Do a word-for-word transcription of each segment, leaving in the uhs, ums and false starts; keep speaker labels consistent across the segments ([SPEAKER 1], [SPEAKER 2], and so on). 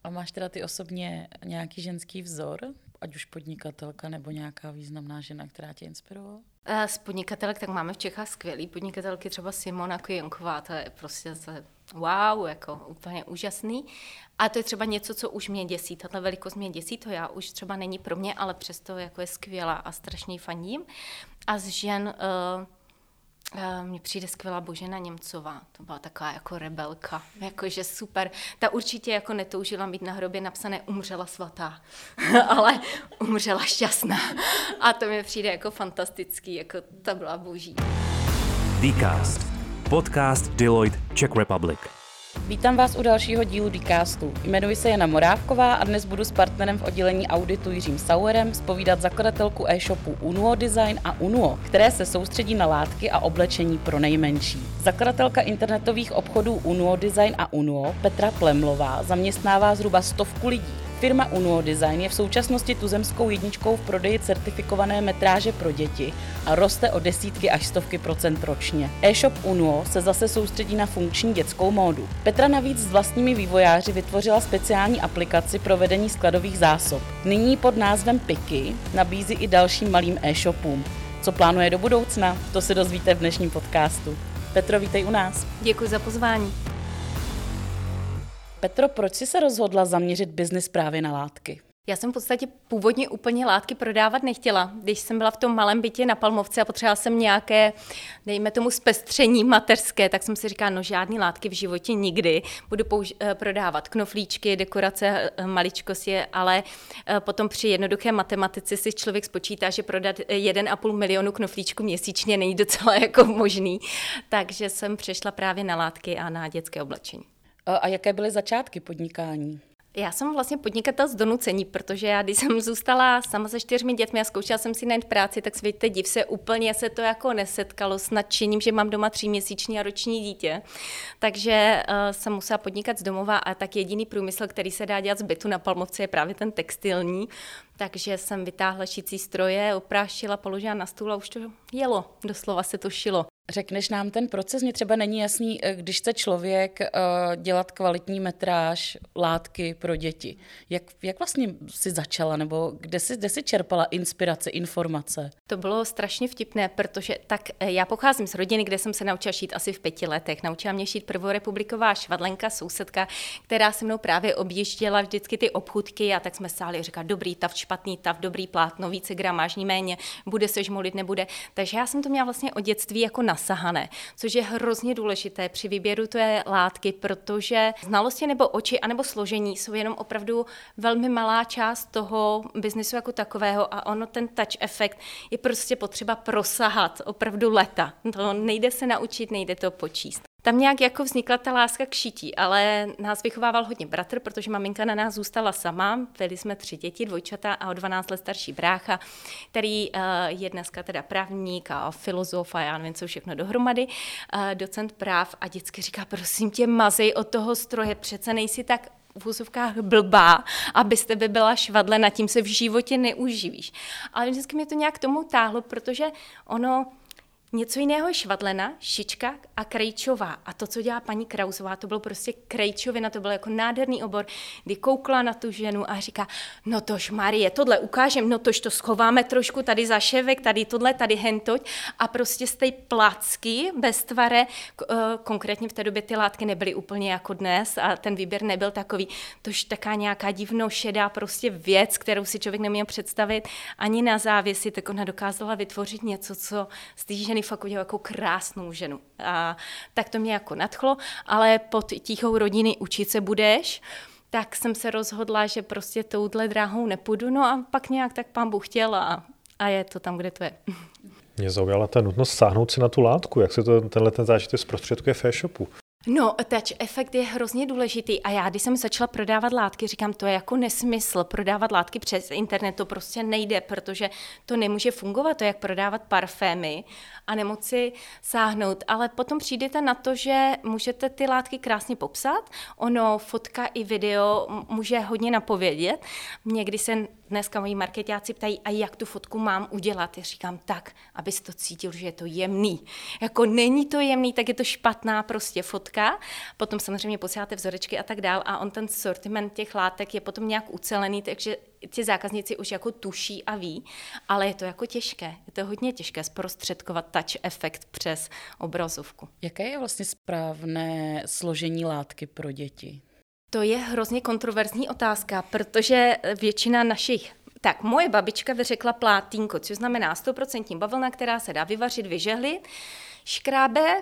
[SPEAKER 1] A máš teda ty osobně nějaký ženský vzor? Ať už podnikatelka nebo nějaká významná žena, která tě inspirovala?
[SPEAKER 2] Z podnikatelek tak máme v Čechách skvělý podnikatelky, třeba Simona Kvěnková, to je prostě zase wow, jako úplně úžasný. A to je třeba něco, co už mě děsí, tato velikost mě děsí, to já už třeba není pro mě, ale přesto jako je skvělá a strašně fandím. A z žen uh, uh, mně přijde skvělá Božena Němcová, to byla taková jako rebelka, jakože super. Ta určitě jako netoužila mít na hrobě napsané umřela svatá, ale umřela šťastná. A to mi přijde jako fantastický, jako ta byla boží.
[SPEAKER 3] Dcast, podcast Deloitte Czech Republic.
[SPEAKER 1] Vítám vás u dalšího dílu Dcastu. Jmenuji se Jana Morávková a dnes budu s partnerem v oddělení auditu Jiřím Sauerem zpovídat zakladatelku e-shopu Unuo Design a Unuo, které se soustředí na látky a oblečení pro nejmenší. Zakladatelka internetových obchodů Unuo Design a Unuo, Petra Plemlová, zaměstnává zhruba stovku lidí. Firma Unuo Design je v současnosti tuzemskou jedničkou v prodeji certifikované metráže pro děti a roste o desítky až stovky procent ročně. E-shop Unuo se zase soustředí na funkční dětskou módu. Petra navíc s vlastními vývojáři vytvořila speciální aplikaci pro vedení skladových zásob. Nyní pod názvem Piky nabízí i dalším malým e-shopům. Co plánuje do budoucna? To se dozvíte v dnešním podcastu. Petro, vítej u nás.
[SPEAKER 2] Děkuji za pozvání.
[SPEAKER 1] Petro, proč jsi se rozhodla zaměřit biznis právě na látky?
[SPEAKER 2] Já jsem v podstatě původně úplně látky prodávat nechtěla. Když jsem byla v tom malém bytě na Palmovce a potřebovala jsem nějaké, dejme tomu, zpestření mateřské, tak jsem si říkala, no žádný látky v životě nikdy. Budu použ- prodávat knoflíčky, dekorace, maličkosti, ale potom při jednoduché matematice si člověk spočítá, že prodat jeden a půl milionu knoflíčků měsíčně není docela jako možný. Takže jsem přešla právě na látky a na dětské oblečení.
[SPEAKER 1] A jaké byly začátky podnikání?
[SPEAKER 2] Já jsem vlastně podnikatel z donucení, protože já, když jsem zůstala sama se čtyřmi dětmi a zkoušela jsem si najít práci, tak svěďte div se, úplně se to jako nesetkalo s nadšením, že mám doma tříměsíční a roční dítě. Takže uh, jsem musela podnikat z domova a tak jediný průmysl, který se dá dělat z bytu na Palmovce, je právě ten textilní. Takže jsem vytáhla šicí stroje, oprášila, položila na stůl a už to jelo, doslova se to šilo.
[SPEAKER 1] Řekneš nám ten proces, mně třeba není jasný, když chce člověk uh, dělat kvalitní metráž, látky pro děti. Jak, jak vlastně jsi začala, nebo kde jsi, kde jsi čerpala inspirace, informace?
[SPEAKER 2] To bylo strašně vtipné, protože tak já pocházím z rodiny, kde jsem se naučila šít asi v pěti letech. Naučila mě šít prvorepubliková švadlenka, sousedka, která se mnou právě objížděla vždycky ty obchůdky a tak jsme stáli a říkali, dobrý tav, špatný tav, dobrý plátno, více gramážní, méně, bude se žmolit, nebude. Takže já jsem to měla vlastně od dětství jako nasahané, což je hrozně důležité při výběru té látky, protože znalosti nebo oči anebo složení jsou jenom opravdu velmi malá část toho biznesu jako takového a ono ten touch efekt je prostě potřeba prosahat opravdu leta. To nejde se naučit, nejde to počíst. Tam nějak jako vznikla ta láska k šití, ale nás vychovával hodně bratr, protože maminka na nás zůstala sama. Byli jsme tři děti, dvojčata a o dvanáct let starší brácha, který uh, je dneska teda právník a filozof a já nevím, co všechno dohromady, uh, docent práv a vždycky říká, prosím tě, mazej od toho stroje, přece nejsi tak v úzovkách blbá, abyste by byla švadle, nad tím se v životě neuživíš. Ale vždycky mě to nějak tomu táhlo, protože ono něco jiného je švadlena, šička a krejčová. A to, co dělá paní Krausová, to bylo prostě krejčovina, to byl jako nádherný obor, kdy koukla na tu ženu a říká, no tož Marie, tohle ukážem, no tož to schováme trošku tady za ševek, tady tohle, tady hentoť a prostě z té placky bez tvare, konkrétně v té době ty látky nebyly úplně jako dnes a ten výběr nebyl takový, tož taká nějaká divno šedá prostě věc, kterou si člověk neměl představit ani na závěsi, tak ona dokázala vytvořit něco, co z té ženy fakt udělal jako krásnou ženu. A tak to mě jako nadchlo, ale pod tichou rodiny učit se budeš, tak jsem se rozhodla, že prostě touhle dráhou nepůjdu, no a pak nějak tak pán Bůh chtěl a, a je to tam, kde to je.
[SPEAKER 4] Mě zaujala ta nutnost sáhnout si na tu látku, jak se to tenhle ten zážitek zprostředkuje v e-shopu.
[SPEAKER 2] No, touch efekt je hrozně důležitý a já, když jsem začala prodávat látky, říkám, to je jako nesmysl, prodávat látky přes internet, to prostě nejde, protože to nemůže fungovat, to je jak prodávat parfémy a nemoci sáhnout, ale potom přijdete na to, že můžete ty látky krásně popsat, ono fotka i video může hodně napovědět. Někdy se dneska moji marketáci ptají, a jak tu fotku mám udělat, já říkám tak, abys to cítil, že je to jemný. Jako není to jemný, tak je to špatná prostě fotka. fotka, potom samozřejmě posíláte vzorečky a tak dál a on ten sortiment těch látek je potom nějak ucelený, takže ti zákazníci už jako tuší a ví, ale je to jako těžké, je to hodně těžké zprostředkovat touch efekt přes obrazovku.
[SPEAKER 1] Jaké je vlastně správné složení látky pro děti?
[SPEAKER 2] To je hrozně kontroverzní otázka, protože většina našich Tak, moje babička vyřekla plátínko, což znamená sto procent bavlna, která se dá vyvařit, vyžehlit, škrábe,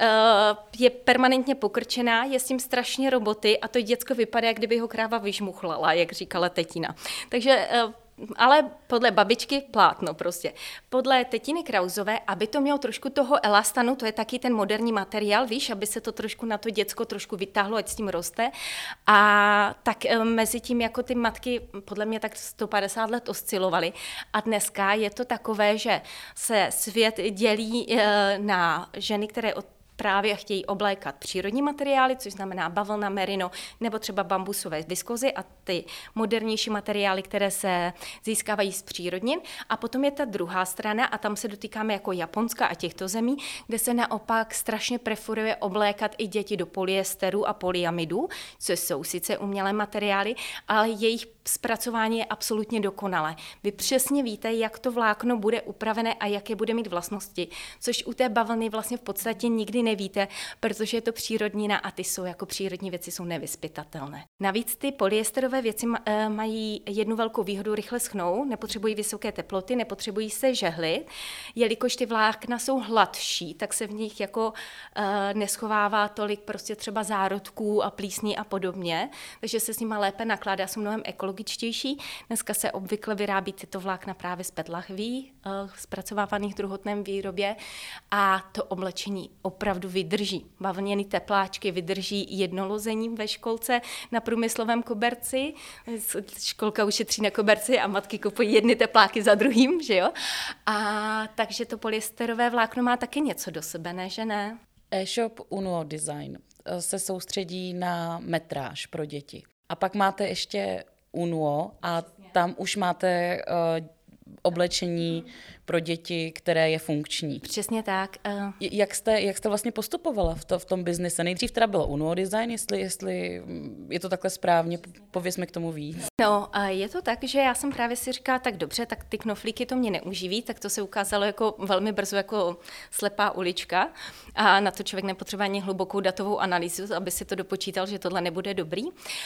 [SPEAKER 2] je permanentně pokrčená, je s tím strašně roboty a to děcko vypadá, jak kdyby ho kráva vyžmuchlala, jak říkala tetina. Takže ale podle babičky plátno prostě. Podle tetiny Krausové, aby to mělo trošku toho elastanu, to je taky ten moderní materiál, víš, aby se to trošku na to děcko trošku vytáhlo, ať s tím roste. A tak mezi tím jako ty matky podle mě tak sto padesát let oscilovaly. A dneska je to takové, že se svět dělí na ženy, které od právě chtějí oblékat přírodní materiály, což znamená bavlna, merino nebo třeba bambusové viskozy a ty modernější materiály, které se získávají z přírodnin. A potom je ta druhá strana a tam se dotýkáme jako Japonska a těchto zemí, kde se naopak strašně preferuje oblékat i děti do polyesteru a polyamidů, což jsou sice umělé materiály, ale jejich zpracování je absolutně dokonalé. Vy přesně víte, jak to vlákno bude upravené a jaké bude mít vlastnosti, což u té bavlny vlastně v podstatě nikdy nevíte, protože je to přírodnina a ty jsou jako přírodní věci jsou nevyzpytatelné. Navíc ty polyesterové věci mají jednu velkou výhodu, rychle schnou, nepotřebují vysoké teploty, nepotřebují se žehlit, jelikož ty vlákna jsou hladší, tak se v nich jako uh, neschovává tolik prostě třeba zárodků a plísní a podobně, takže se s nima lépe nakládá, jsou mnohem ekologičtější. Dneska se obvykle vyrábí tyto vlákna právě z PET lahví, uh, zpracovávaných v druhotném výrobě a to oblečení opravdu vydrží. Bavlněný tepláčky vydrží jednolozením ve školce na průmyslovém koberci. Školka ušetří na koberci a matky kupují jedny tepláky za druhým, že jo? A takže to polyesterové vlákno má taky něco do sebe, ne, že ne?
[SPEAKER 1] E-shop Unuo Design se soustředí na metráž pro děti. A pak máte ještě Unuo a tam už máte uh, oblečení pro děti, které je funkční.
[SPEAKER 2] Přesně tak. Uh...
[SPEAKER 1] Jak jste, jak jste vlastně postupovala v, to, v tom biznise? Nejdřív teda bylo Unuo Design, jestli, jestli je to takhle správně, pověz mi k tomu víc.
[SPEAKER 2] No, je to tak, že já jsem právě si říkala, tak dobře, tak ty knoflíky to mě neuživí, tak to se ukázalo jako velmi brzo jako slepá ulička a na to člověk nepotřebuje ani hlubokou datovou analýzu, aby si to dopočítal, že tohle nebude dobrý.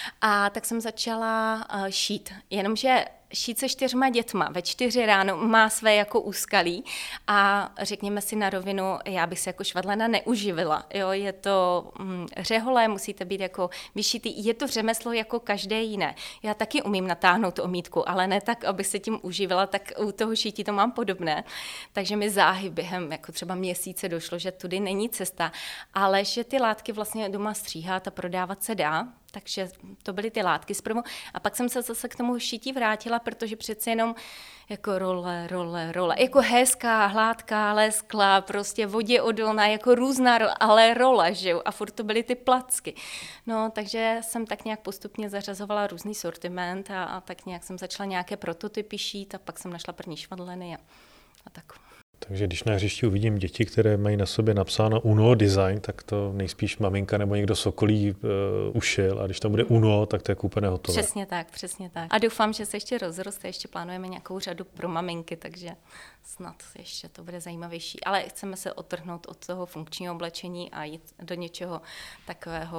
[SPEAKER 2] A tak jsem začala šít, jenomže šít se čtyřma dětma ve čtyři ráno má své jako úskalí a řekněme si na rovinu, já bych se jako švadlena neuživila. Jo, je to hm, řeholé, musíte být jako vyšitý, je to řemeslo jako každé jiné. Já taky umím natáhnout omítku, ale ne tak, aby se tím uživila, tak u toho šítí to mám podobné. Takže mi záhy během jako třeba měsíce došlo, že tudy není cesta, ale že ty látky vlastně doma stříhat a prodávat se dá. Takže to byly ty látky zprvu. A pak jsem se zase k tomu šítí vrátila, protože přece jenom jako role, role, role. Jako hezká, hladká, lesklá, prostě vodě odolná, jako různá, ale role, že jo? A furt to byly ty placky. No, takže jsem tak nějak postupně zařazovala různý sortiment a, a tak nějak jsem začala nějaké prototypy šít a pak jsem našla první švadleny a, a tak.
[SPEAKER 4] Takže když na hřišti uvidím děti, které mají na sobě napsáno Unuo Design, tak to nejspíš maminka nebo někdo z okolí uh, ušil a když tam bude Unuo, tak to je koupené hotové.
[SPEAKER 2] Přesně tak, přesně tak. A doufám, že se ještě rozroste, ještě plánujeme nějakou řadu pro maminky, takže snad ještě to bude zajímavější. Ale chceme se odtrhnout od toho funkčního oblečení a jít do něčeho takového,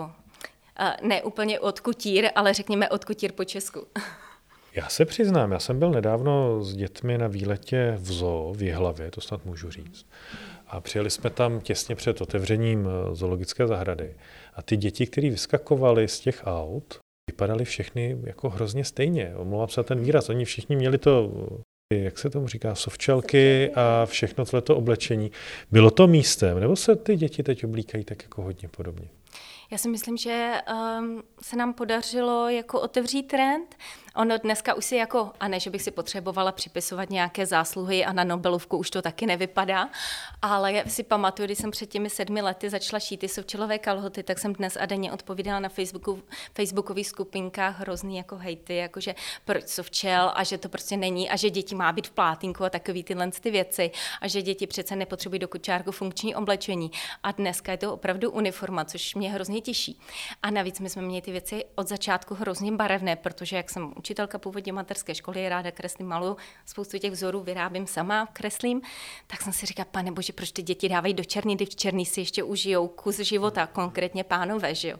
[SPEAKER 2] uh, ne úplně od kutír, ale řekněme od kutír po Česku.
[SPEAKER 4] Já se přiznám, já jsem byl nedávno s dětmi na výletě v zoo v Jihlavě, to snad můžu říct. A přijeli jsme tam těsně před otevřením zoologické zahrady. A ty děti, které vyskakovaly z těch aut, vypadaly všechny jako hrozně stejně. Omlouvám se na ten výraz. Oni všichni měli to, jak se tomu říká, sovčelky a všechno tohleto oblečení. Bylo to místem, nebo se ty děti teď oblíkají tak jako hodně podobně?
[SPEAKER 2] Já si myslím, že um, se nám podařilo jako otevřít trend. Ono dneska už si jako, a ne, že bych si potřebovala připisovat nějaké zásluhy a na Nobelovku už to taky nevypadá, ale si pamatuju, když jsem před těmi sedmi lety začala šít ty sovčelové kalhoty, tak jsem dnes a denně odpovídala na Facebooku, facebookových skupinkách hrozný jako hejty, jakože proč sovčel a že to prostě není a že děti má být v plátínku a takový tyhle ty věci a že děti přece nepotřebují do kočárku funkční oblečení. A dneska je to opravdu uniforma, což mě hrozně těší. A navíc my jsme měli ty věci od začátku hrozně barevné, protože jak jsem učitelka původně mateřské školy, ráda kreslím, maluju, spoustu těch vzorů vyrábím sama, kreslím, tak jsem si říkala, pane bože, proč ty děti dávají do černý, když v černý si ještě užijou kus života, konkrétně pánové, že jo.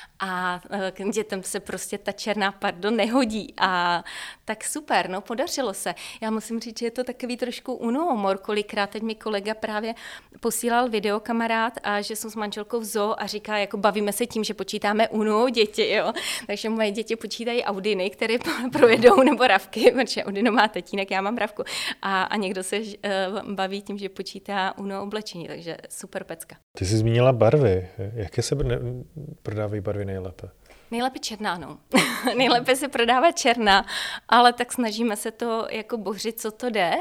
[SPEAKER 2] A k dětem se prostě ta černá, pardon, nehodí. A tak super, no, podařilo se. Já musím říct, že je to takový trošku unuhumor, kolikrát teď mi kolega právě posílal video kamarád a že jsem s manželkou v zoo a říká, jako bavíme se tím, že počítáme unu děti, jo. Takže moje děti počítají Audiny, které projedou, nebo Ravky, protože Audino má tatínek, já mám Ravku. A, a někdo se uh, baví tím, že počítá unu oblečení, takže super pecka.
[SPEAKER 4] Ty jsi zmínila barvy. Jaké se ne- prodávají barvy nejlépe?
[SPEAKER 2] Nejlépe černá, no. Nejlépe se prodává černá, ale tak snažíme se to jako bořit, co to jde.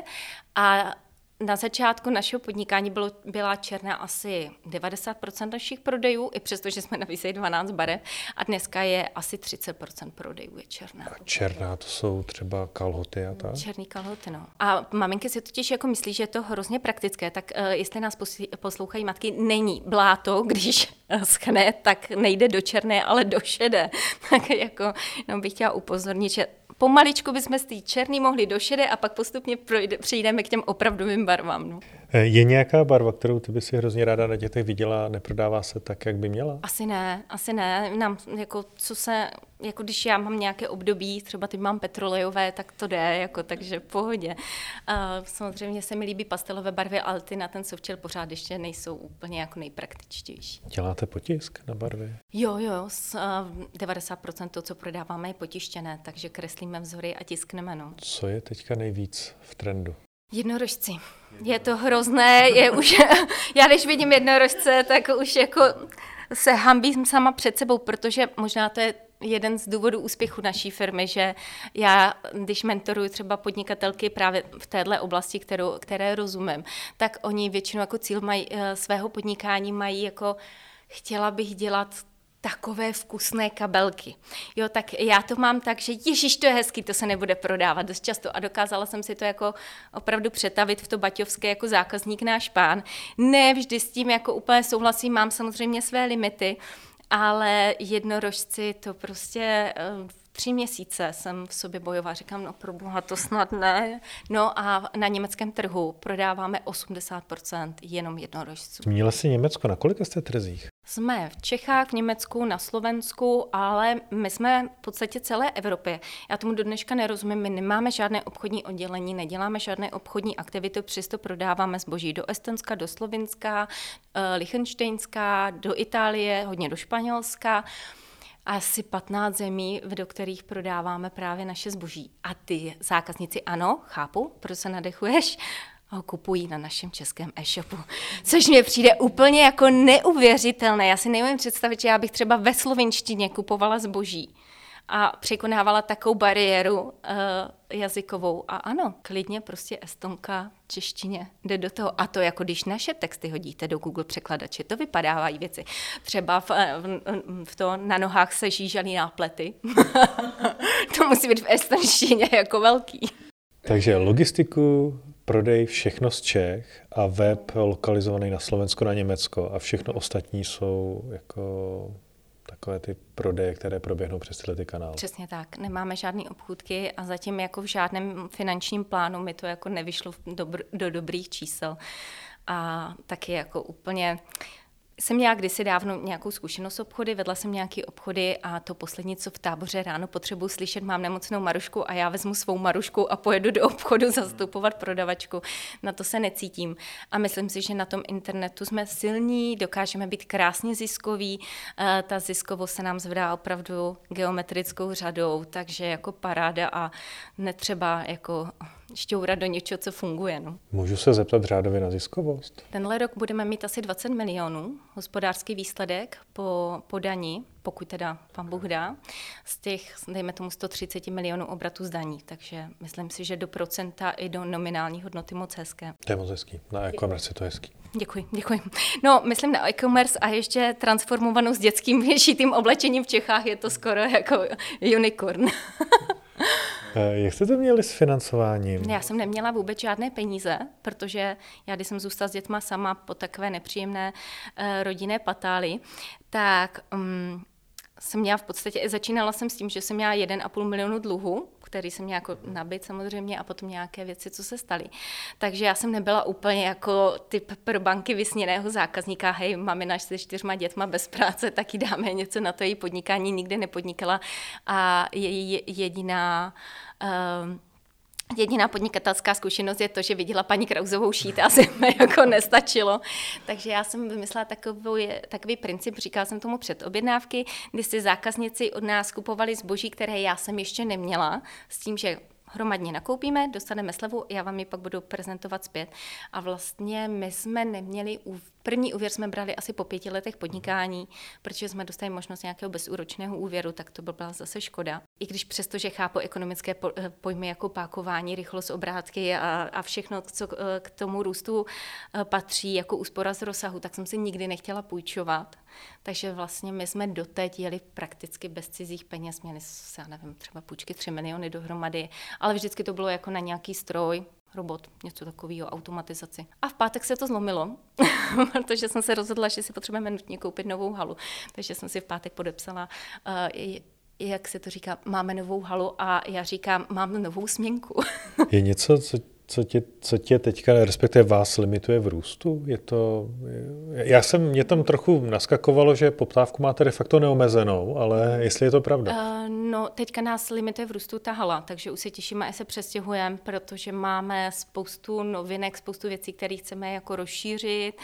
[SPEAKER 2] A na začátku našeho podnikání bylo, byla černá asi devadesát procent našich prodejů, i přesto, že jsme nabízeli dvanáct barev, a dneska je asi třicet procent prodejů je černá.
[SPEAKER 4] A černá to jsou třeba kalhoty a tak?
[SPEAKER 2] Černý kalhoty, no. A maminky si totiž jako myslí, že je to hrozně praktické, tak uh, jestli nás poslouchají matky, není bláto, když schne, tak nejde do černé, ale do šedé. Tak jako no, bych chtěla upozornit, že pomaličku bychom z té černý mohli do šedé a pak postupně projde, přijdeme k těm opravdovým barvám. No.
[SPEAKER 4] Je nějaká barva, kterou ty by si hrozně ráda na dětech viděla, neprodává se tak, jak by měla?
[SPEAKER 2] Asi ne, asi ne. Nám, jako, co se, jako když já mám nějaké období, třeba teď mám petrolejové, tak to jde, jako, takže v pohodě. Uh, samozřejmě se mi líbí pastelové barvy, ale ty na ten softshell pořád ještě nejsou úplně jako nejpraktičtější.
[SPEAKER 4] Děláte potisk na barvy?
[SPEAKER 2] Jo, jo, z, uh, devadesát procent to, co prodáváme, je potištěné, takže kreslíme vzory a tiskneme. No.
[SPEAKER 4] Co je teďka nejvíc v trendu?
[SPEAKER 2] Jednorožci. Je to hrozné, je už, já když vidím jednorožce, tak už jako se hambím sama před sebou, protože možná to je jeden z důvodů úspěchu naší firmy, že já, když mentoruji třeba podnikatelky právě v téhle oblasti, kterou, které rozumím, tak oni většinou jako cíl mají, svého podnikání mají jako chtěla bych dělat takové vkusné kabelky. Jo, tak já to mám tak, že ježiš, to je hezký, to se nebude prodávat dost často a dokázala jsem si to jako opravdu přetavit v to baťovské jako zákazník náš pán. Ne vždy s tím jako úplně souhlasím, mám samozřejmě své limity, ale jednorožci to prostě tři měsíce jsem v sobě bojovala, říkám, no pro boha, to snad ne. No a na německém trhu prodáváme osmdesát procent jenom jednorožců.
[SPEAKER 4] Zmínila jsi Německo, na kolika jste trzích?
[SPEAKER 2] Jsme v Čechách, v Německu, na Slovensku, ale my jsme v podstatě celé Evropě. Já tomu do dneška nerozumím, my nemáme žádné obchodní oddělení, neděláme žádné obchodní aktivity, přesto prodáváme zboží do Estonska, do Slovinska, Lichtenštejnska, do Itálie, hodně do Španělska. Asi patnáct zemí, do kterých prodáváme právě naše zboží. A ty zákazníci, ano, chápu, proč se nadechuješ, ho kupují na našem českém e-shopu. Což mi přijde úplně jako neuvěřitelné. Já si neumím představit, že já bych třeba ve slovinštině kupovala zboží a překonávala takovou bariéru uh, jazykovou. A ano, klidně prostě estonka v češtině jde do toho. A to jako když naše texty hodíte do Google překladače, to vypadávají věci. Třeba v, v, v to na nohách se žížaly náplety. To musí být v estonštině jako velký.
[SPEAKER 4] Takže logistiku, prodej, všechno z Čech a web lokalizovaný na Slovensko, na Německo a všechno ostatní jsou jako takové ty prodeje, které proběhnou přes tyhle ty kanály.
[SPEAKER 2] Přesně tak. Nemáme žádné obchůdky a zatím jako v žádném finančním plánu mi to jako nevyšlo do, do dobrých čísel. A taky jako úplně... Jsem měla kdysi dávno nějakou zkušenost s obchody, vedla jsem nějaké obchody a to poslední, co v Táboře ráno potřebuji slyšet, mám nemocnou Marušku a já vezmu svou Marušku a pojedu do obchodu zastupovat prodavačku. Na to se necítím. A myslím si, že na tom internetu jsme silní, dokážeme být krásně ziskoví. Ta ziskovost se nám zvedá opravdu geometrickou řadou, takže jako paráda a netřeba jako šťourat do něčeho, co funguje. No.
[SPEAKER 4] Můžu se zeptat řádově na ziskovost?
[SPEAKER 2] Tenhle rok budeme mít asi dvacet milionů hospodářský výsledek po, po dani, pokud teda pan Bůh dá, z těch, dejme tomu, sto třicet milionů obratů z daní. Takže myslím si, že do procenta i do nominální hodnoty moc hezké.
[SPEAKER 4] To je moc hezký. Na e-commerce je to hezký.
[SPEAKER 2] Děkuji, děkuji. No, myslím na e-commerce a ještě transformovanou s dětským věšitým oblečením v Čechách je to skoro jako unicorn.
[SPEAKER 4] Jak jste to měli s financováním?
[SPEAKER 2] Já jsem neměla vůbec žádné peníze, protože já, když jsem zůstala s dětma sama po takové nepříjemné uh, rodinné patály, tak um, jsem měla v podstatě, začínala jsem s tím, že jsem měla jeden a půl milionu dluhu, který jsem měla jako nabit samozřejmě a potom nějaké věci, co se staly. Takže já jsem nebyla úplně jako typ pro banky vysněného zákazníka, hej, mamina se čtyřma dětma bez práce, tak jí dáme něco na to, její podnikání nikdy nepodnikala a její jediná uh, Jediná podnikatelská zkušenost je to, že viděla paní Krausovou šít a asi mi jako nestačilo. Takže já jsem vymyslela takový, takový princip, říkala jsem tomu předobjednávky, kdy si zákazníci od nás kupovali zboží, které já jsem ještě neměla, s tím, že hromadně nakoupíme, dostaneme slevu, já vám ji pak budu prezentovat zpět. A vlastně my jsme neměli, první úvěr jsme brali asi po pěti letech podnikání, protože jsme dostali možnost nějakého bezúročného úvěru, tak to byla zase škoda. I když přesto, že chápu ekonomické pojmy jako pákování, rychlost obrátky a, a všechno, co k tomu růstu patří, jako úspora z rozsahu, tak jsem si nikdy nechtěla půjčovat. Takže vlastně my jsme doteď jeli prakticky bez cizích peněz, měli se, já nevím, třeba půjčky tři miliony dohromady, ale vždycky to bylo jako na nějaký stroj, robot, něco takového, automatizaci. A v pátek se to zlomilo, protože jsem se rozhodla, že si potřebujeme nutně koupit novou halu. Takže jsem si v pátek podepsala, uh, jak se to říká, máme novou halu a já říkám, mám novou směnku. Je něco, co
[SPEAKER 4] Co tě, co tě teďka, respektive vás, limituje v růstu? Je to, já jsem, mě tam trochu naskakovalo, že poptávku máte de facto neomezenou, ale jestli je to pravda?
[SPEAKER 2] Uh, no, teďka nás limituje v růstu ta hala, takže už se těšíme, až se přestěhujeme, protože máme spoustu novinek, spoustu věcí, které chceme jako rozšířit,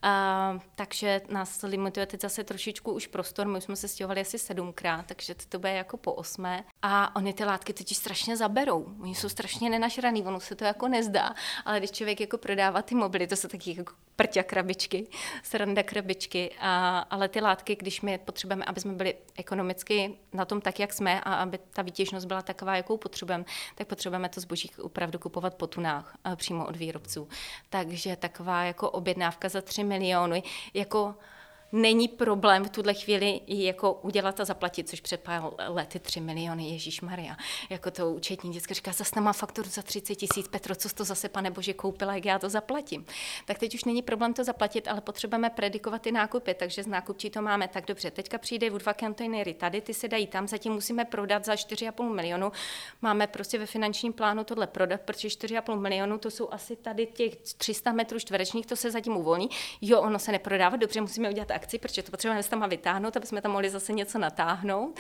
[SPEAKER 2] uh, takže nás limituje teď zase trošičku už prostor, my už jsme se stěhovali asi sedmkrát, takže to bude jako po osmé. A oni ty látky teď strašně zaberou, oni jsou strašně nenažraný, ono se to jako nezdá, ale když člověk jako prodává ty mobily, to jsou taky jako prťa krabičky, sranda krabičky, a, ale ty látky, když my potřebujeme, aby jsme byli ekonomicky na tom tak, jak jsme a aby ta výtěžnost byla taková, jakou potřebujeme, tak potřebujeme to zboží opravdu kupovat po tunách přímo od výrobců. Takže taková jako objednávka za tři miliony, jako není problém v tuhle chvíli jako udělat a zaplatit, což před pár lety tři miliony, ježíšmarja. Jako to účetní vždycky říká, zase tam má fakturu za třicet tisíc, Petro, co jsi to zase, pane bože, koupila, jak já to zaplatím. Tak teď už není problém to zaplatit, ale potřebujeme predikovat ty nákupy, takže z nákupčí to máme tak dobře. Teďka přijde v dva kontejnery tady, ty se dají tam, zatím musíme prodat za čtyři a půl milionu. Máme prostě ve finančním plánu tohle prodat, protože čtyři a půl milionu, to jsou asi tady těch tři sta metrů čtverečních, to se zatím uvolní. Jo, ono se neprodává, dobře, musíme udělat akci, protože to potřebujeme se tam vytáhnout, aby jsme tam mohli zase něco natáhnout.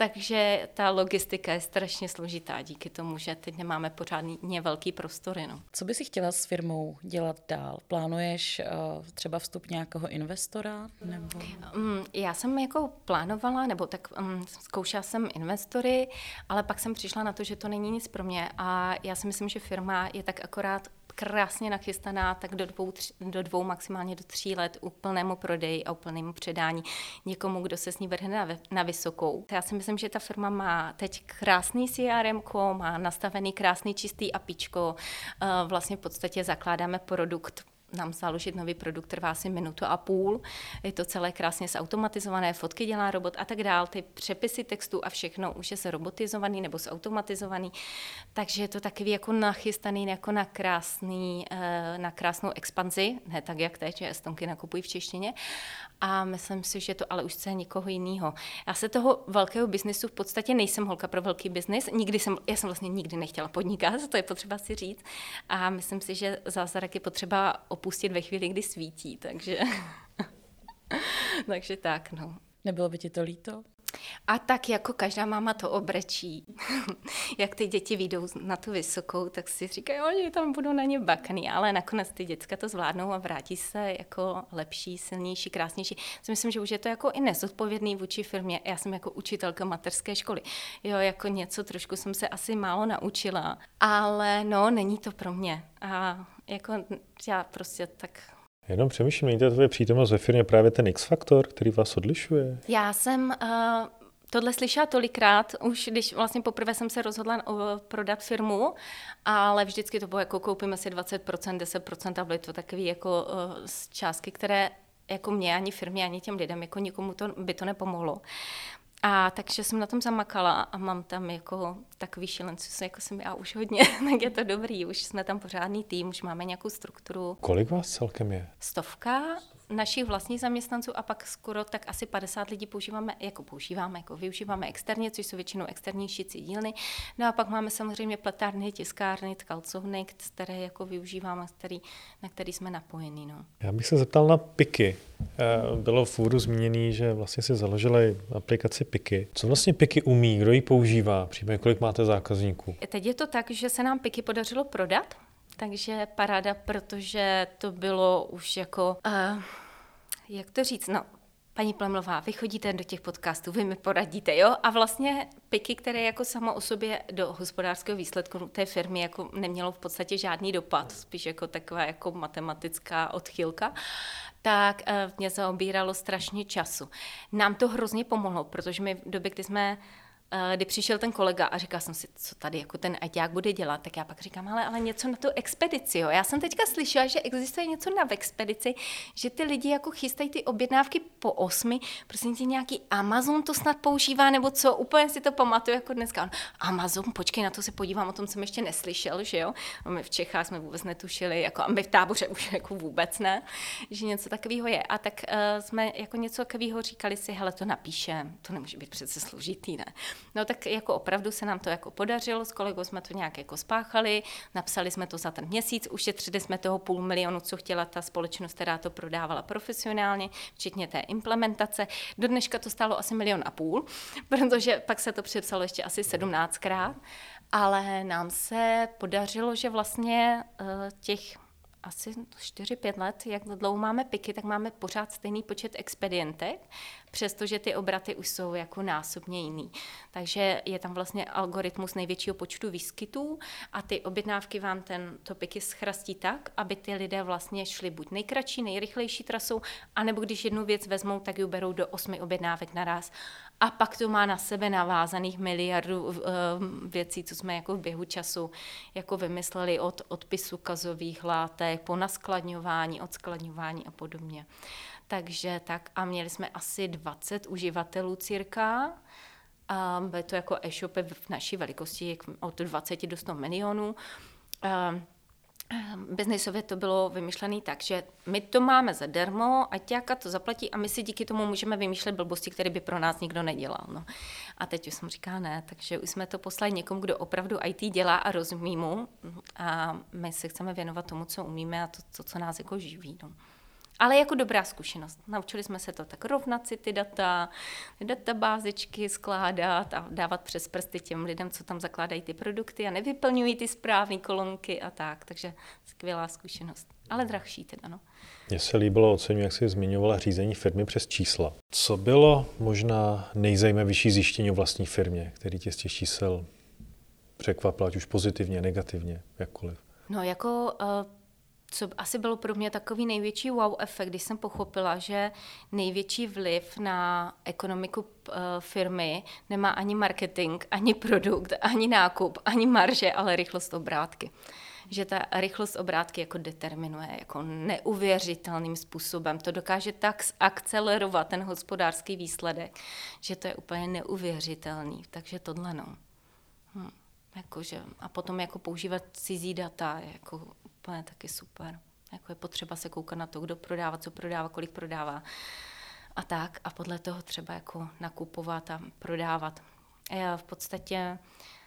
[SPEAKER 2] Takže ta logistika je strašně složitá díky tomu, že teď nemáme pořádně velký prostory. No.
[SPEAKER 1] Co by si chtěla s firmou dělat dál? Plánuješ uh, třeba vstup nějakého investora? Nebo...
[SPEAKER 2] Um, já jsem jako plánovala, nebo tak um, zkoušela jsem investory, ale pak jsem přišla na to, že to není nic pro mě a já si myslím, že firma je tak akorát krásně nachystaná, tak do dvou, tři, do dvou, maximálně do tří let úplnému prodeji a úplnému předání někomu, kdo se s ní vrhne na, na vysokou. Já si myslím, že ta firma má teď krásný C R M ko, má nastavený krásný čistý APIčko, vlastně v podstatě zakládáme produkt, nám založit nový produkt trvá asi minutu a půl. Je to celé krásně zautomatizované, fotky dělá robot a tak dál. Ty přepisy textu a všechno už je zrobotizovaný nebo zautomatizovaný. Takže je to takový jako nachystaný jako na, krásný, na krásnou expanzi. Ne tak, jak teď, že Estonky nakupují v češtině. A myslím si, že to ale už chce nikoho jiného. Já se toho velkého biznesu v podstatě nejsem holka pro velký biznis. Nikdy jsem, já jsem vlastně nikdy nechtěla podnikat, to je potřeba si říct. A myslím si, že zázrak je potřeba opustit ve chvíli, kdy svítí, takže, takže tak, no.
[SPEAKER 1] Nebylo by ti to líto?
[SPEAKER 2] A tak jako každá máma to obrečí. Jak ty děti vyjdou na tu vysokou, tak si říkají, oni tam budou na ně bakný, ale nakonec ty děcka to zvládnou a vrátí se jako lepší, silnější, krásnější. Si myslím, že už je to jako i nezodpovědný vůči firmě. Já jsem jako učitelka mateřské školy. Jo, jako něco trošku jsem se asi málo naučila, ale no, není to pro mě. A jako já prostě tak...
[SPEAKER 4] Jenom přemýšlím, není to tvoje přítomnost ve firmě právě ten X-faktor, který vás odlišuje?
[SPEAKER 2] Já jsem uh, tohle slyšela tolikrát, už když vlastně poprvé jsem se rozhodla uh, prodat firmu, ale vždycky to bylo jako koupíme si dvacet procent, deset procent a byly to takové jako uh, částky, které jako mě, ani firmě, ani těm lidem, jako nikomu to, by to nepomohlo. A takže jsem na tom zamakala a mám tam jako takový šílenců, jako jsem já už hodně, tak je to dobrý, už jsme tam pořádný tým, už máme nějakou strukturu.
[SPEAKER 4] Kolik vás celkem je?
[SPEAKER 2] Stovka našich vlastních zaměstnanců a pak skoro tak asi padesát lidí používáme, jako používáme, jako využíváme externě, což jsou většinou externí šicí dílny. No a pak máme samozřejmě pletárny, tiskárny, tkalcovny, které jako využíváme, který, na který jsme napojení. No.
[SPEAKER 4] Já bych se zeptal na Piky. Bylo v úvodu zmíněný, že vlastně si založili aplikaci Piky. Co vlastně Piky umí, kdo ji používá, případně kolik máte zákazníků?
[SPEAKER 2] Teď je to tak, že se nám Piky podařilo prodat, takže paráda, protože to bylo už jako, uh, jak to říct, no, paní Plemlová, vy chodíte do těch podcastů, vy mi poradíte, jo? A vlastně Piky, které jako samo o sobě do hospodářského výsledku té firmy jako nemělo v podstatě žádný dopad, spíš jako taková jako matematická odchylka, tak uh, mě zaobíralo strašně času. Nám to hrozně pomohlo, protože my v době, kdy jsme kdy přišel ten kolega a říkal jsem si, co tady jako ten ajťák bude dělat, tak já pak říkám, ale, ale něco na tu expedici, jo. Já jsem teďka slyšela, že existuje něco na expedici, že ty lidi jako chystají ty objednávky po osmi, prosím tě, nějaký Amazon to snad používá, nebo co, úplně si to pamatuju jako dneska. Amazon, počkej, na to se podívám, o tom jsem ještě neslyšel, že jo. A my v Čechách jsme vůbec netušili, jako, a my v Táboře už jako vůbec ne, že něco takového je. A tak uh, jsme jako něco takového říkali si, hele, to napíšem, to nemůže být přece složitý, ne. No tak jako opravdu se nám to jako podařilo, s kolegou jsme to nějak jako spáchali, napsali jsme to za ten měsíc, ušetřili jsme toho půl milionu, co chtěla ta společnost, která to prodávala profesionálně, včetně té implementace. Do dneška to stálo asi milion a půl, protože pak se to přepsalo ještě asi sedmnáctkrát, ale nám se podařilo, že vlastně uh, těch asi čtyři pět let, jak dlouho máme Piky, tak máme pořád stejný počet expedientek, přestože ty obraty už jsou jako násobně jiný. Takže je tam vlastně algoritmus největšího počtu výskytů a ty objednávky vám ten to Piky schrastí tak, aby ty lidé vlastně šli buď nejkratší, nejrychlejší trasou, anebo když jednu věc vezmou, tak ji berou do osmi objednávek naraz. A pak to má na sebe navázaných miliardů uh, věcí, co jsme jako v běhu času jako vymysleli od odpisu kazových látek, po naskladňování, odskladňování a podobně. Takže tak a měli jsme asi dvacet uživatelů cirka. A byly to jako e-shopy v naší velikosti od dvacet do sto milionů. Uh, Biznisově to bylo vymyšlené tak, že my to máme zadarmo, aťáka to zaplatí a my si díky tomu můžeme vymýšlet blbosti, které by pro nás nikdo nedělal. No. A teď už jsem říkala ne, takže už jsme to poslali někomu, kdo opravdu í té dělá a rozumí mu a my se chceme věnovat tomu, co umíme a to, to co nás jako živí. No. Ale jako dobrá zkušenost. Naučili jsme se to tak rovnat si ty data, ty databázičky skládat a dávat přes prsty těm lidem, co tam zakládají ty produkty a nevyplňují ty správné kolonky a tak. Takže skvělá zkušenost. Ale drahší teda, no.
[SPEAKER 4] Mně se líbilo, oceňuji, jak jsi zmiňovala řízení firmy přes čísla. Co bylo možná nejzajímavější zjištění o vlastní firmě, který tě z těch čísel překvapilo, ať už pozitivně, negativně, jakkoliv?
[SPEAKER 2] No jako... Uh, Co asi bylo pro mě takový největší wow efekt, když jsem pochopila, že největší vliv na ekonomiku firmy nemá ani marketing, ani produkt, ani nákup, ani marže, ale rychlost obrátky. Že ta rychlost obrátky jako determinuje jako neuvěřitelným způsobem. To dokáže tak akcelerovat ten hospodářský výsledek, že to je úplně neuvěřitelný. Takže tohle no. Hm. Jakože, a potom jako používat cizí data je jako úplně taky super. Jako je potřeba se koukat na to, kdo prodává, co prodává, kolik prodává a tak. A podle toho třeba jako nakupovat a prodávat. Já v podstatě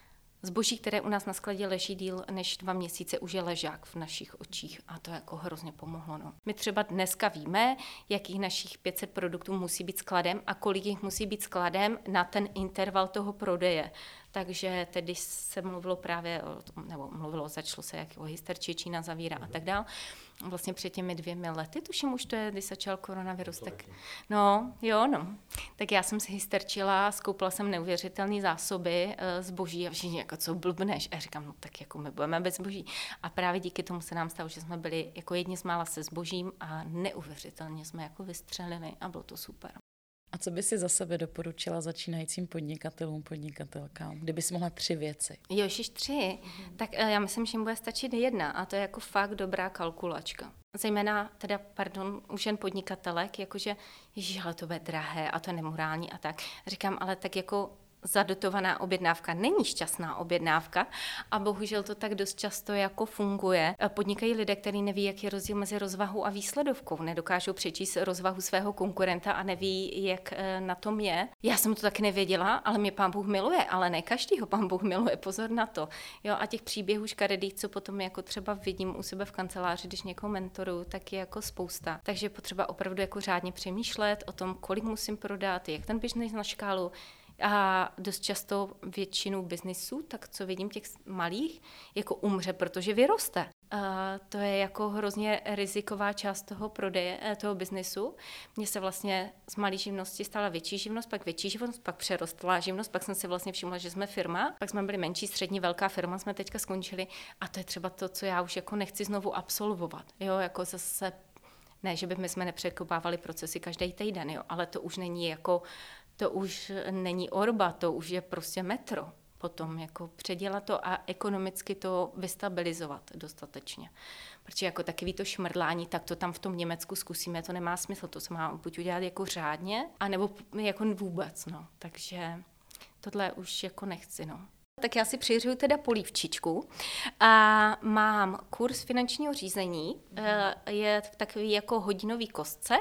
[SPEAKER 2] Zboží, které u nás na skladě leží díl než dva měsíce, už je ležák v našich očích a to jako hrozně pomohlo. No. My třeba dneska víme, jakých našich pět set produktů musí být skladem a kolik jich musí být skladem na ten interval toho prodeje. Takže tedy se mluvilo právě, o tom, nebo mluvilo, začalo se jak o hysterčí, Čína zavírá a tak dál. Vlastně před těmi dvěmi lety, tuším už to je, když začal koronavirus, tak no, jo, no. Tak já jsem si hysterčila, skoupila jsem neuvěřitelné zásoby e, zboží a všichni jako, co blbneš? A říkám, no tak jako my budeme bez zboží. A právě díky tomu se nám stalo, že jsme byli jako jedni z mála se zbožím a neuvěřitelně jsme jako vystřelili a bylo to super.
[SPEAKER 1] A co by si za sebe doporučila začínajícím podnikatelům, podnikatelkám, kdybys mohla tři věci?
[SPEAKER 2] Jožiš tři? Mm-hmm. Tak já myslím, že jim bude stačit jedna a to je jako fakt dobrá kalkulačka. Zejména teda, pardon, už jen podnikatelek, jakože, ježiš, ale to bude drahé a to je nemorální a tak. Říkám, ale tak jako zadotovaná objednávka není šťastná objednávka a bohužel to tak dost často jako funguje. Podnikají lidé, kteří neví, jaký je rozdíl mezi rozvahou a výsledovkou. Nedokážou přečíst rozvahu svého konkurenta a neví, jak na tom je. Já jsem to tak nevěděla, ale mě pán Bůh miluje, ale ne každýho pán Bůh miluje, pozor na to. Jo, a těch příběhů škaredých, co potom jako třeba vidím u sebe v kanceláři, když někoho mentoruju, tak je jako spousta. Takže je potřeba opravdu jako řádně přemýšlet o tom, kolik musím prodat, jak ten business na škálu. A dost často většinu biznisů, tak co vidím těch malých, jako umře, protože vyroste. A to je jako hrozně riziková část toho prodeje, toho biznisu. Mně se vlastně z malé živnosti stala větší živnost, pak větší živnost, pak přerostla živnost, pak jsem si vlastně všimla, že jsme firma, pak jsme byli menší, střední, velká firma, jsme teďka skončili a to je třeba to, co já už jako nechci znovu absolvovat. Jo, jako zase, ne, že bychom jsme nepřekopávali procesy každý týden, jo, ale to už není jako to už není orba, to už je prostě metro. Potom jako předělat to a ekonomicky to vystabilizovat dostatečně. Protože jako takový to šmrdlání, tak to tam v tom Německu zkusíme, to nemá smysl, to se má buď udělat jako řádně, anebo jako vůbec, no. Takže tohle už jako nechci, no. Tak já si přiřuju teda polívčičku a mám kurz finančního řízení, je takový jako hodinový kostce.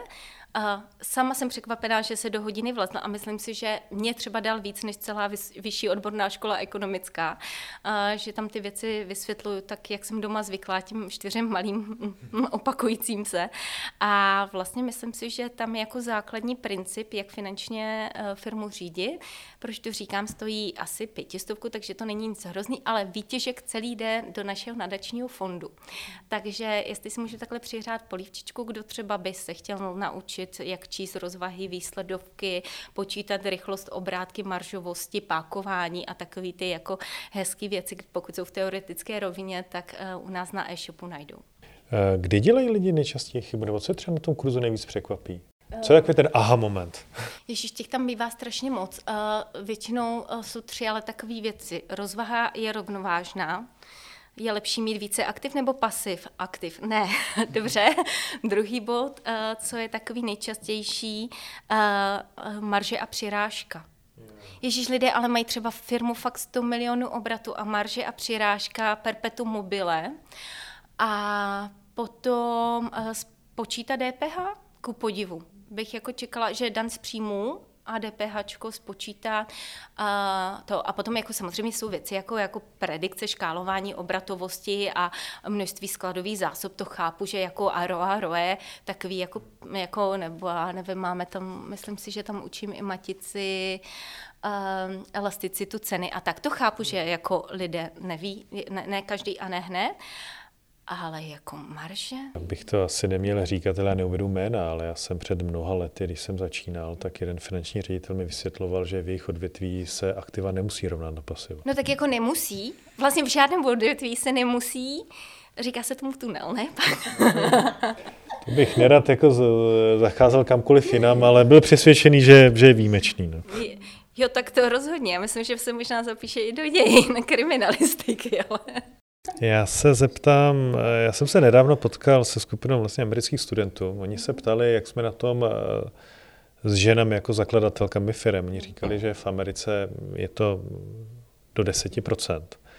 [SPEAKER 2] Sama jsem překvapená, že se do hodiny vlezla a myslím si, že mě třeba dal víc než celá vyšší odborná škola ekonomická, že tam ty věci vysvětluju tak, jak jsem doma zvyklá tím čtyřem malým opakujícím se. A vlastně myslím si, že tam je jako základní princip, jak finančně firmu řídit. Proč to říkám, stojí asi pětistovku, takže to není nic hrozný, ale výtěžek celý jde do našeho nadačního fondu. Takže jestli si můžu takhle přihrát polívčičku, kdo třeba by se chtěl naučit, jak číst rozvahy, výsledovky, počítat rychlost, obrátky, maržovosti, pákování a takový ty jako hezký věci, pokud jsou v teoretické rovině, tak u nás na e-shopu najdou.
[SPEAKER 4] Kdy dělají lidi nejčastěji chybu, nebo co je třeba na tom kurzu nejvíc překvapí? Co je takový ten aha moment?
[SPEAKER 2] Ježíš, těch tam bývá strašně moc. Uh, většinou uh, jsou tři, ale takové věci. Rozvaha je rovnovážná. Je lepší mít více aktiv nebo pasiv? Aktiv. Ne, dobře. Druhý bod, uh, co je takový nejčastější, uh, marže a přirážka. Ježíš, lidé ale mají třeba firmu fakt sto milionů obratu a marže a přirážka perpetuum mobile. A potom uh, počítá D P H? Ku podivu. Bych jako čekala, že dan z příjmu a DPHčko spočítá a to. A potom jako samozřejmě jsou věci jako, jako predikce, škálování obratovosti a množství skladových zásob, to chápu, že jako aro a roe, takový jako, jako nebo já nevím, máme tam, myslím si, že tam učím i matici, um, elasticitu ceny a tak. To chápu, že jako lidé neví, ne, ne každý a ne hned. Ale jako marže?
[SPEAKER 4] Bych to asi neměl říkat, ale já neuvedu jména, ale já jsem před mnoha lety, když jsem začínal, tak jeden finanční ředitel mi vysvětloval, že v jejich odvětví se aktiva nemusí rovnat na pasiva.
[SPEAKER 2] No tak jako nemusí. Vlastně v žádném odvětví se nemusí. Říká se tomu tunel, ne?
[SPEAKER 4] To bych nerad jako zacházel kamkoliv jinam, ale byl přesvědčený, že, že je výjimečný. No.
[SPEAKER 2] Jo, tak to rozhodně. Já myslím, že se možná zapíše i do dějin kriminalistiky, ale...
[SPEAKER 4] Já se zeptám, já jsem se nedávno potkal se skupinou vlastně amerických studentů. Oni se ptali, jak jsme na tom s ženami jako zakladatelkami firem. Oni říkali, že v Americe je to do deset procent.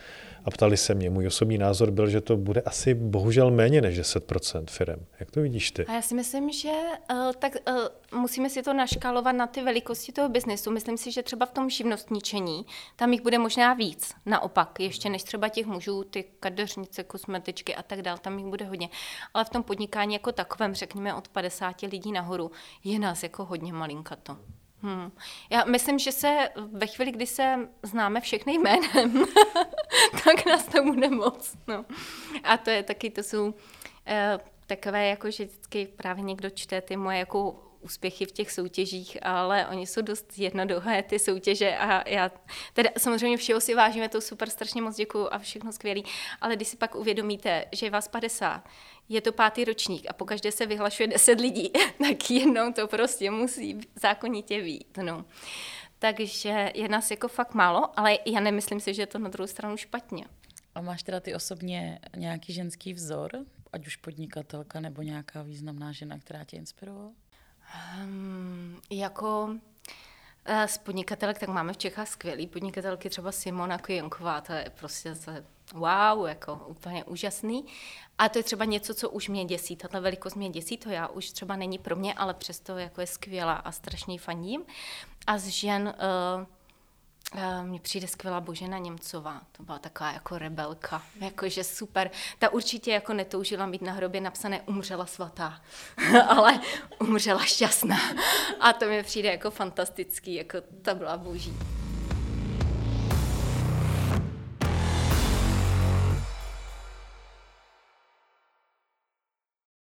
[SPEAKER 4] a ptali se mě. Můj osobní názor byl, že to bude asi bohužel méně než deset procent firem. Jak to vidíš ty?
[SPEAKER 2] A já si myslím, že uh, tak uh, musíme si to naškálovat na ty velikosti toho biznesu. Myslím si, že třeba v tom živnostníčení, tam jich bude možná víc, naopak, ještě než třeba těch mužů, ty kadeřnice, kosmetičky a tak dál, tam jich bude hodně. Ale v tom podnikání jako takovém, řekněme od padesáti lidí nahoru, je nás jako hodně malinkato. Hmm. Já myslím, že se ve chvíli, kdy se známe všechny jménem, tak nás to bude moc. No. A to je taky, to jsou eh, takové, jako že vždycky právě někdo čte ty moje jako úspěchy v těch soutěžích, ale oni jsou dost jednoduché, ty soutěže, a já teda samozřejmě všeho si vážíme, to super, strašně moc děkuju a všechno skvělý, ale když si pak uvědomíte, že je vás padesát, je to pátý ročník a pokaždé se vyhlašuje deset lidí, tak jednou to prostě musí zákonitě vyjít, no. Takže je nás jako fakt málo, ale já nemyslím si, že je to na druhou stranu špatně.
[SPEAKER 1] A máš teda ty osobně nějaký ženský vzor, ať už podnikatelka nebo nějaká významná žena, která tě inspirovala?
[SPEAKER 2] Um, jako uh, z podnikatelek, tak máme v Čechách skvělý podnikatelky, třeba Simona Kujenková, to je prostě to je wow, jako úplně úžasný. A to je třeba něco, co už mě děsí, tato velikost mě děsí, to já už třeba není pro mě, ale přesto jako je skvělá a strašně fandím. A z žen uh, mně přijde skvělá Božena Němcová, to byla taková jako rebelka, jakože super. Ta určitě jako netoužila mít na hrobě napsané umřela svatá, ale umřela šťastná. A to mi přijde jako fantastický, jako ta byla boží.